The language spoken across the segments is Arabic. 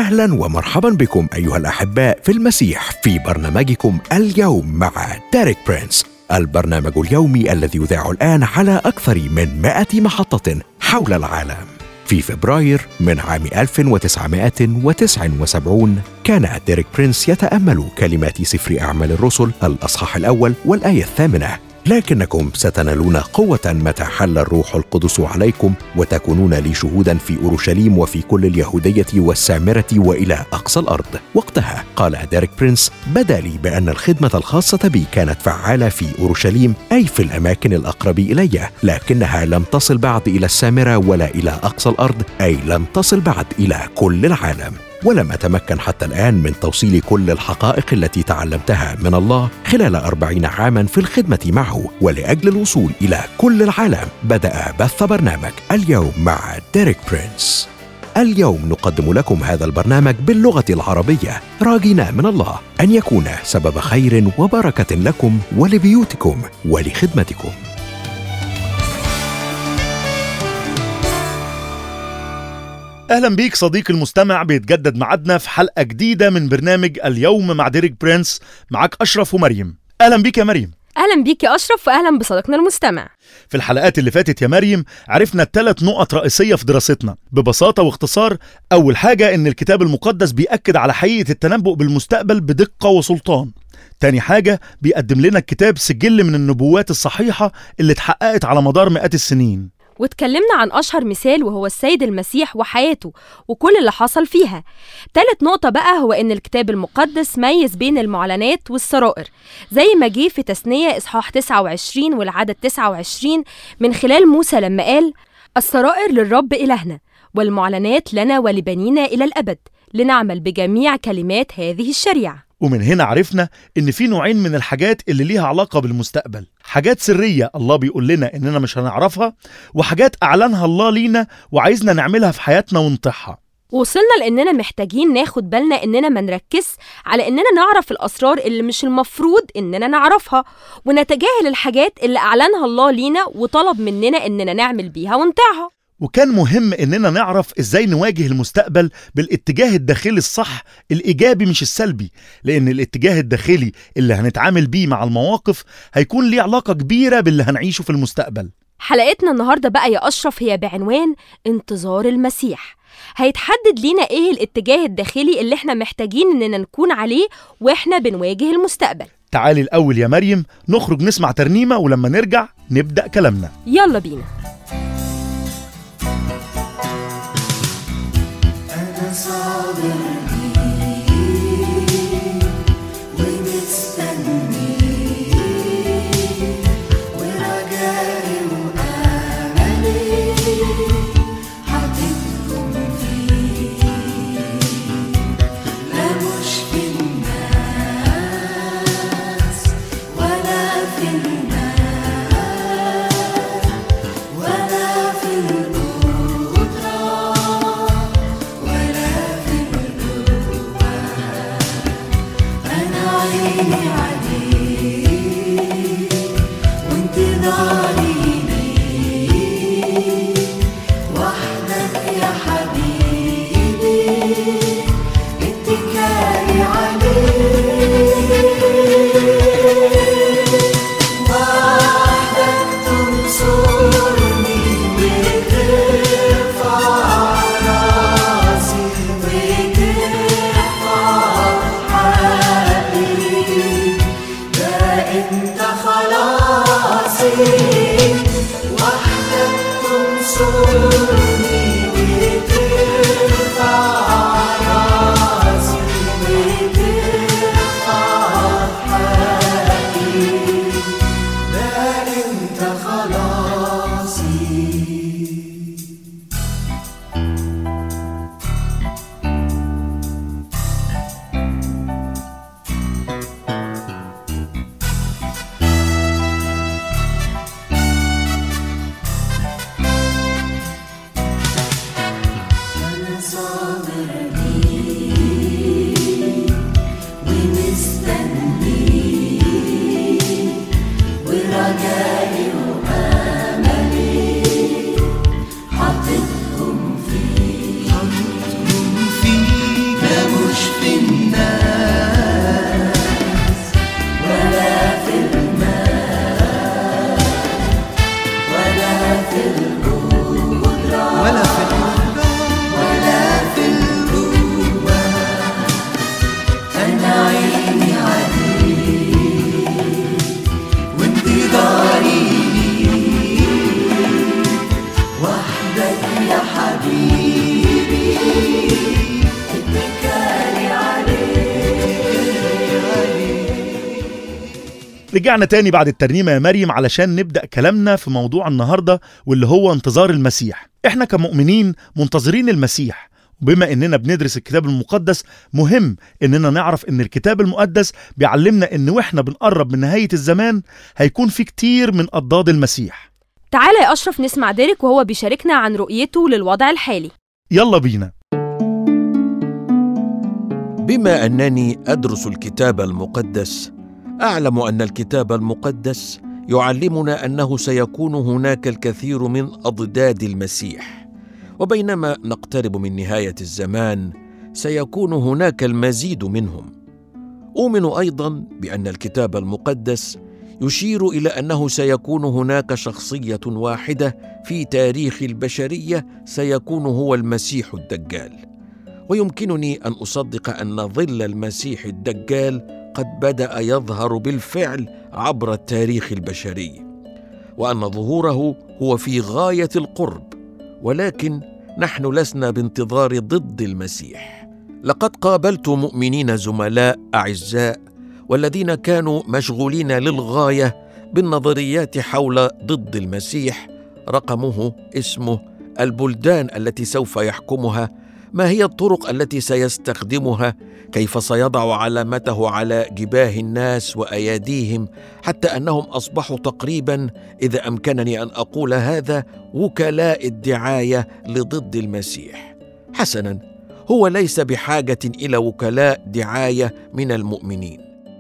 أهلا ومرحبا بكم أيها الأحباء في المسيح في برنامجكم اليوم مع ديريك برينس، البرنامج اليومي الذي يذاع الآن على أكثر من 100 محطة حول العالم. في فبراير من عام 1979 كان ديريك برينس يتأمل كلمات سفر أعمال الرسل الأصحاح الأول والآية 8: لكنكم ستنالون قوة متى حل الروح القدس عليكم وتكونون لي شهودا في أورشليم وفي كل اليهودية والسامرة وإلى أقصى الأرض. وقتها قال ديريك برينس: بدا لي بأن الخدمة الخاصة بي كانت فعالة في أورشليم، أي في الأماكن الأقرب إلي، لكنها لم تصل بعد إلى السامرة ولا إلى أقصى الأرض، أي لم تصل بعد إلى كل العالم. ولم أتمكن حتى الآن من توصيل كل الحقائق التي تعلمتها من الله خلال 40 عاما في الخدمة معه، ولأجل الوصول إلى كل العالم بدأ بث برنامج اليوم مع ديريك برينس. اليوم نقدم لكم هذا البرنامج باللغة العربية، راجين من الله أن يكون سبب خير وبركة لكم ولبيوتكم ولخدمتكم. أهلا بيك صديقي المستمع، بيتجدد معادنا في حلقة جديدة من برنامج اليوم مع ديريك برينس. معاك أشرف ومريم. أهلا بيك يا مريم. أهلا بيك يا أشرف، وأهلا بصديقنا المستمع. في الحلقات اللي فاتت يا مريم عرفنا 3 نقط رئيسية في دراستنا ببساطة واختصار. أول حاجة إن الكتاب المقدس بيأكد على حقيقة التنبؤ بالمستقبل بدقة وسلطان. تاني حاجة بيقدم لنا الكتاب سجل من النبوات الصحيحة اللي اتحققت على مدار مئات السنين. واتكلمنا عن أشهر مثال وهو السيد المسيح وحياته وكل اللي حصل فيها. تالت نقطة بقى هو إن الكتاب المقدس ميز بين المعلنات والسرائر، زي ما جه في تثنية إصحاح 29 والعدد 29 من خلال موسى لما قال: السرائر للرب إلهنا والمعلنات لنا ولبنينا إلى الأبد لنعمل بجميع كلمات هذه الشريعة. ومن هنا عرفنا إن في نوعين من الحاجات اللي ليها علاقة بالمستقبل: حاجات سرية الله بيقول لنا إننا مش هنعرفها، وحاجات أعلنها الله لينا وعايزنا نعملها في حياتنا ونطيعها. وصلنا لأننا محتاجين ناخد بالنا إننا ما نركز على إننا نعرف الأسرار اللي مش المفروض إننا نعرفها، ونتجاهل الحاجات اللي أعلنها الله لينا وطلب مننا إننا نعمل بيها ونطيعها. وكان مهم إننا نعرف إزاي نواجه المستقبل بالاتجاه الداخلي الصح الإيجابي مش السلبي، لأن الاتجاه الداخلي اللي هنتعامل بيه مع المواقف هيكون ليه علاقة كبيرة باللي هنعيشه في المستقبل. حلقتنا النهاردة بقى يا أشرف هي بعنوان انتظار المسيح. هيتحدد لينا إيه الاتجاه الداخلي اللي احنا محتاجين إننا نكون عليه وإحنا بنواجه المستقبل. تعالي الأول يا مريم نخرج نسمع ترنيمة، ولما نرجع نبدأ كلامنا. يلا بينا. ولا في حبيبي اتكالي عليك. رجعنا تاني بعد الترنيمة يا مريم علشان نبدأ كلامنا في موضوع النهاردة واللي هو انتظار المسيح. احنا كمؤمنين منتظرين المسيح، وبما اننا بندرس الكتاب المقدس مهم اننا نعرف ان الكتاب المقدس بيعلمنا ان واحنا بنقرب من نهاية الزمان هيكون في كتير من أضداد المسيح. تعالى يا أشرف نسمع ديريك وهو بيشاركنا عن رؤيته للوضع الحالي. يلا بينا. بما أنني أدرس الكتاب المقدس، أعلم أن الكتاب المقدس يعلمنا أنه سيكون هناك الكثير من أضداد المسيح، وبينما نقترب من نهاية الزمان سيكون هناك المزيد منهم. أؤمن أيضاً بأن الكتاب المقدس يشير إلى أنه سيكون هناك شخصية واحدة في تاريخ البشرية سيكون هو المسيح الدجال، ويمكنني أن أصدق أن ظل المسيح الدجال قد بدأ يظهر بالفعل عبر التاريخ البشري، وأن ظهوره هو في غاية القرب، ولكن نحن لسنا بانتظار ضد المسيح. لقد قابلت مؤمنين زملاء أعزاء والذين كانوا مشغولين للغاية بالنظريات حول ضد المسيح، رقمه اسمه البلدان التي سوف يحكمها، ما هي الطرق التي سيستخدمها، كيف سيضع علامته على جباه الناس وأياديهم، حتى أنهم أصبحوا تقريبا، إذا أمكنني أن أقول هذا، وكلاء الدعاية لضد المسيح. حسنا، هو ليس بحاجة إلى وكلاء دعاية من المؤمنين،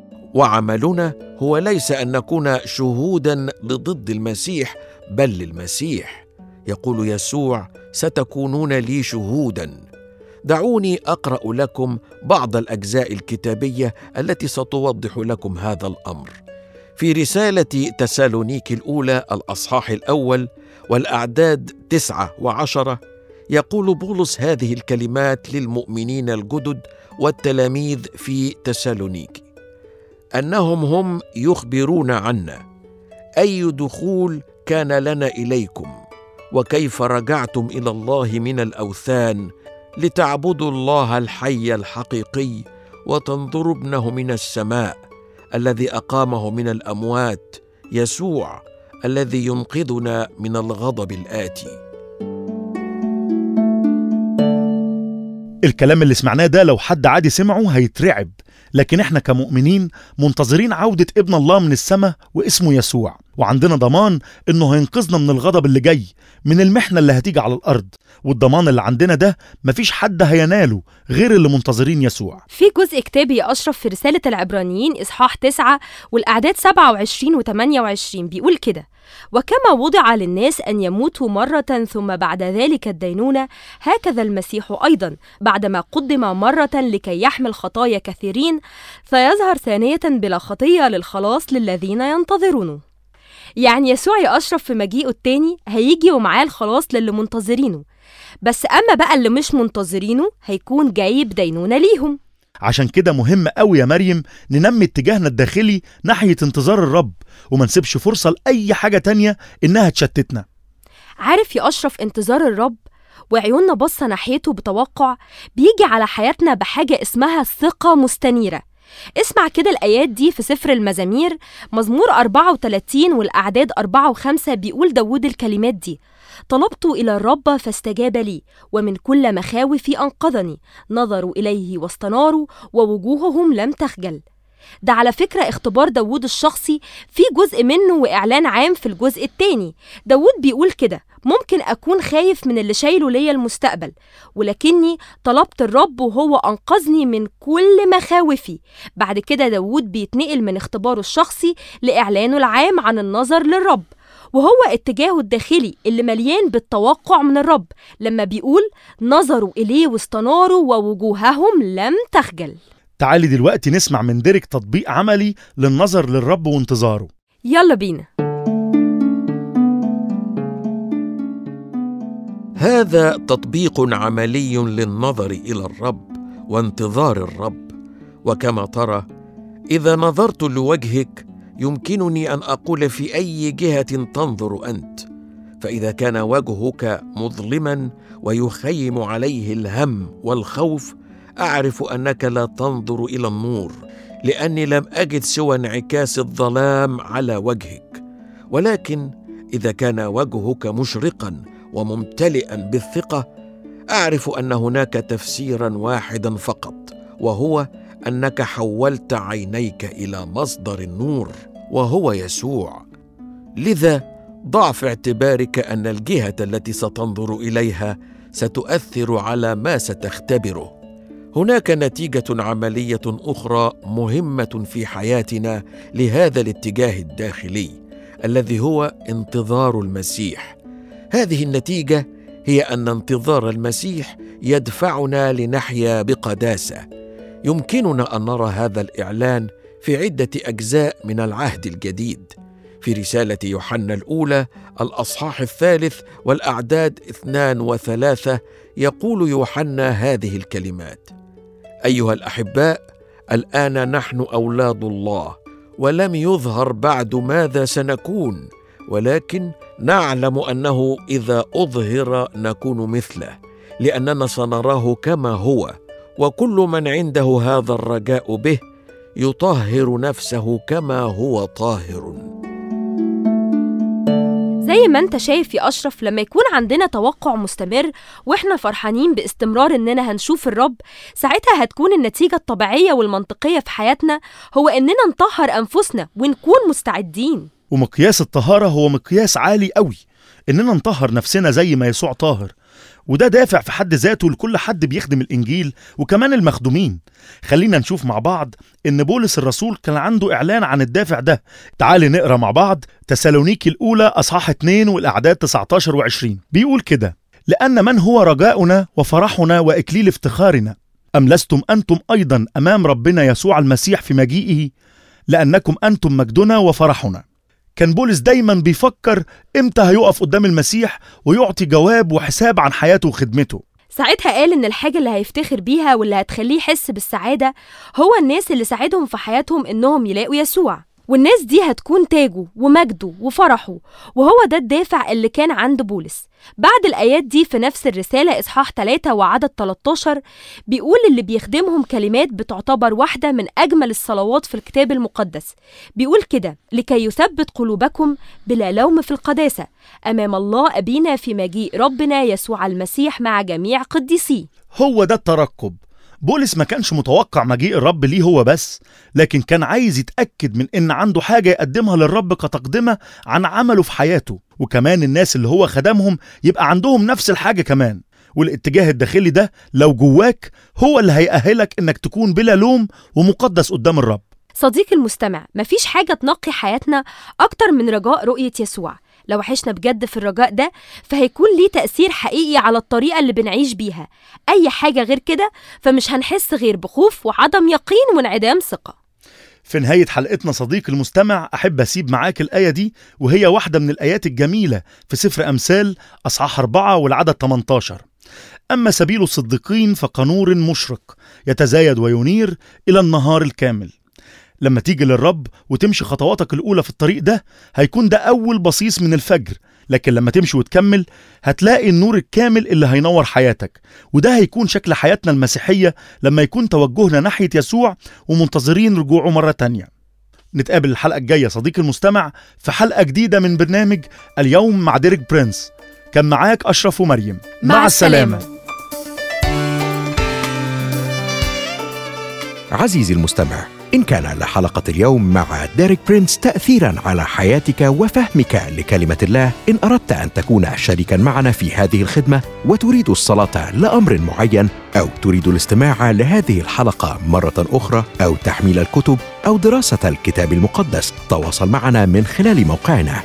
وعملنا هو ليس أن نكون شهودا لضد المسيح، بل للمسيح. يقول يسوع: ستكونون لي شهودا. دعوني أقرأ لكم بعض الأجزاء الكتابية التي ستوضح لكم هذا الأمر. في رسالة تسالونيك الأولى الأصحاح الأول والأعداد 9 و10 يقول بولس هذه الكلمات للمؤمنين الجدد والتلاميذ في تسالونيك: أنهم هم يخبرون عنا أي دخول كان لنا إليكم، وكيف رجعتم إلى الله من الأوثان لتعبدوا الله الحي الحقيقي وتنظروا ابنه من السماء الذي أقامه من الأموات، يسوع الذي ينقذنا من الغضب الآتي. الكلام اللي سمعناه ده لو حد عادي سمعه هيترعب، لكن احنا كمؤمنين منتظرين عودة ابن الله من السماء واسمه يسوع، وعندنا ضمان انه هينقذنا من الغضب اللي جاي، من المحنة اللي هتيجي على الارض. والضمان اللي عندنا ده مفيش حد هيناله غير اللي منتظرين يسوع. في جزء كتابي يا أشرف في رسالة العبرانيين إصحاح 9 والأعداد 27 و28 بيقول كده: وكما وضع للناس أن يموتوا مرة ثم بعد ذلك الدينونة، هكذا المسيح أيضا بعدما قدم مرة لكي يحمل خطايا كثيرين فيظهر ثانية بلا خطية للخلاص للذين ينتظرونه. يعني يسوع يا أشرف في مجيئه التاني هيجي ومعاه الخلاص للي منتظرينه، بس أما بقى اللي مش منتظرينه هيكون جايب دينونة ليهم. عشان كده مهم قوي يا مريم ننمي اتجاهنا الداخلي ناحية انتظار الرب، وما نسيبش فرصة لأي حاجة تانية إنها تشتتنا. عارف يا أشرف، انتظار الرب وعيوننا بصة ناحيته بتوقع بيجي على حياتنا بحاجة اسمها ثقة مستنيرة. اسمع كده الآيات دي في سفر المزامير مزمور 34 والأعداد 4 و5 بيقول داود الكلمات دي: طلبت إلى الرب فاستجاب لي، ومن كل مخاوفي أنقذني، نظروا إليه واستناروا ووجوههم لم تخجل. ده على فكرة اختبار داود الشخصي، في جزء منه وإعلان عام في الجزء التاني. داود بيقول كده: ممكن أكون خايف من اللي شايله ليا المستقبل، ولكني طلبت الرب وهو أنقذني من كل مخاوفي. بعد كده داود بيتنقل من اختباره الشخصي لإعلانه العام عن النظر للرب، وهو اتجاهه الداخلي اللي مليان بالتوقع من الرب لما بيقول: نظروا إليه واستناروا ووجوههم لم تخجل. تعالي دلوقتي نسمع من ديريك تطبيق عملي للنظر للرب وانتظاره. يلا بينا. هذا تطبيق عملي للنظر إلى الرب وانتظار الرب. وكما ترى، إذا نظرت لوجهك يمكنني أن أقول في أي جهة تنظر أنت، فإذا كان وجهك مظلما ويخيم عليه الهم والخوف، أعرف أنك لا تنظر إلى النور، لأني لم أجد سوى انعكاس الظلام على وجهك. ولكن إذا كان وجهك مشرقا وممتلئا بالثقة، أعرف أن هناك تفسيرا واحدا فقط، وهو أنك حولت عينيك إلى مصدر النور وهو يسوع. لذا ضع في اعتبارك أن الجهة التي ستنظر إليها ستؤثر على ما ستختبره. هناك نتيجة عملية أخرى مهمة في حياتنا لهذا الاتجاه الداخلي الذي هو انتظار المسيح. هذه النتيجة هي أن انتظار المسيح يدفعنا لنحيا بقداسة. يمكننا أن نرى هذا الإعلان في عدة أجزاء من العهد الجديد. في رسالة يوحنا الأولى الأصحاح 3 والأعداد 2 و3 يقول يوحنا هذه الكلمات: أيها الأحباء، الآن نحن أولاد الله، ولم يظهر بعد ماذا سنكون، ولكن نعلم أنه إذا أظهر نكون مثله، لأننا سنراه كما هو. وكل من عنده هذا الرجاء به يطهر نفسه كما هو طاهر. زي ما انت شايف يا أشرف، لما يكون عندنا توقع مستمر واحنا فرحانين باستمرار اننا هنشوف الرب، ساعتها هتكون النتيجة الطبيعية والمنطقية في حياتنا هو اننا نطهر أنفسنا ونكون مستعدين. ومقياس الطهارة هو مقياس عالي قوي، إننا نطهر نفسنا زي ما يسوع طاهر، وده دافع في حد ذاته لكل حد بيخدم الإنجيل وكمان المخدومين. خلينا نشوف مع بعض إن بولس الرسول كان عنده إعلان عن الدافع ده. تعال نقرأ مع بعض تسالونيكي الأولى أصحاح 2 والأعداد 19 و20. بيقول كده: لأن من هو رجاؤنا وفرحنا وإكليل افتخارنا، أم لستم أنتم أيضا أمام ربنا يسوع المسيح في مجيئه؟ لأنكم أنتم مجدنا وفرحنا. كان بولس دايما بيفكر امتى هيقف قدام المسيح ويعطي جواب وحساب عن حياته وخدمته. ساعتها قال إن الحاجة اللي هيفتخر بيها واللي هتخليه يحس بالسعادة هو الناس اللي ساعدهم في حياتهم إنهم يلاقوا يسوع، والناس دي هتكون تاجه ومجده وفرحه، وهو ده الدافع اللي كان عند بولس. بعد الآيات دي في نفس الرسالة إصحاح 3 وعدد 13 بيقول اللي بيخدمهم كلمات بتعتبر واحدة من أجمل الصلوات في الكتاب المقدس. بيقول كده: لكي يثبت قلوبكم بلا لوم في القداسة أمام الله أبينا في مجيء ربنا يسوع المسيح مع جميع قديسيه. هو ده الترقب. بولس ما كانش متوقع مجيء الرب ليه هو بس، لكن كان عايز يتأكد من إن عنده حاجة يقدمها للرب كتقدمة عن عمله في حياته، وكمان الناس اللي هو خدمهم يبقى عندهم نفس الحاجة كمان. والاتجاه الداخلي ده لو جواك هو اللي هيأهلك إنك تكون بلا لوم ومقدس قدام الرب. صديقي المستمع، مفيش حاجة تنقي حياتنا أكتر من رجاء رؤية يسوع. لو عشنا بجد في الرجاء ده فهيكون ليه تأثير حقيقي على الطريقة اللي بنعيش بيها. أي حاجة غير كده فمش هنحس غير بخوف وعدم يقين وانعدام ثقة. في نهاية حلقتنا صديقي المستمع، أحب أسيب معاك الآية دي، وهي واحدة من الآيات الجميلة في سفر أمثال أصحاح 4 والعدد 18: أما سبيل الصديقين فكنور مشرق يتزايد وينير إلى النهار الكامل. لما تيجي للرب وتمشي خطواتك الأولى في الطريق ده هيكون ده أول بصيص من الفجر، لكن لما تمشي وتكمل هتلاقي النور الكامل اللي هينور حياتك. وده هيكون شكل حياتنا المسيحية لما يكون توجهنا ناحية يسوع ومنتظرين رجوعه مرة تانية. نتقابل الحلقة الجاية صديقي المستمع في حلقة جديدة من برنامج اليوم مع ديريك برينس. كان معاك أشرف ومريم. مع السلامة. عزيزي المستمع، إن كان لحلقة اليوم مع ديريك برينس تأثيراً على حياتك وفهمك لكلمة الله، إن أردت أن تكون شريكاً معنا في هذه الخدمة وتريد الصلاة لأمر معين، أو تريد الاستماع لهذه الحلقة مرة أخرى، أو تحميل الكتب أو دراسة الكتاب المقدس، تواصل معنا من خلال موقعنا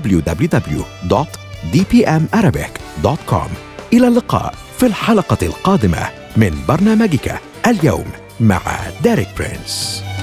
www.dpmarabic.com. إلى اللقاء في الحلقة القادمة من برنامجك اليوم مع ديريك برينس.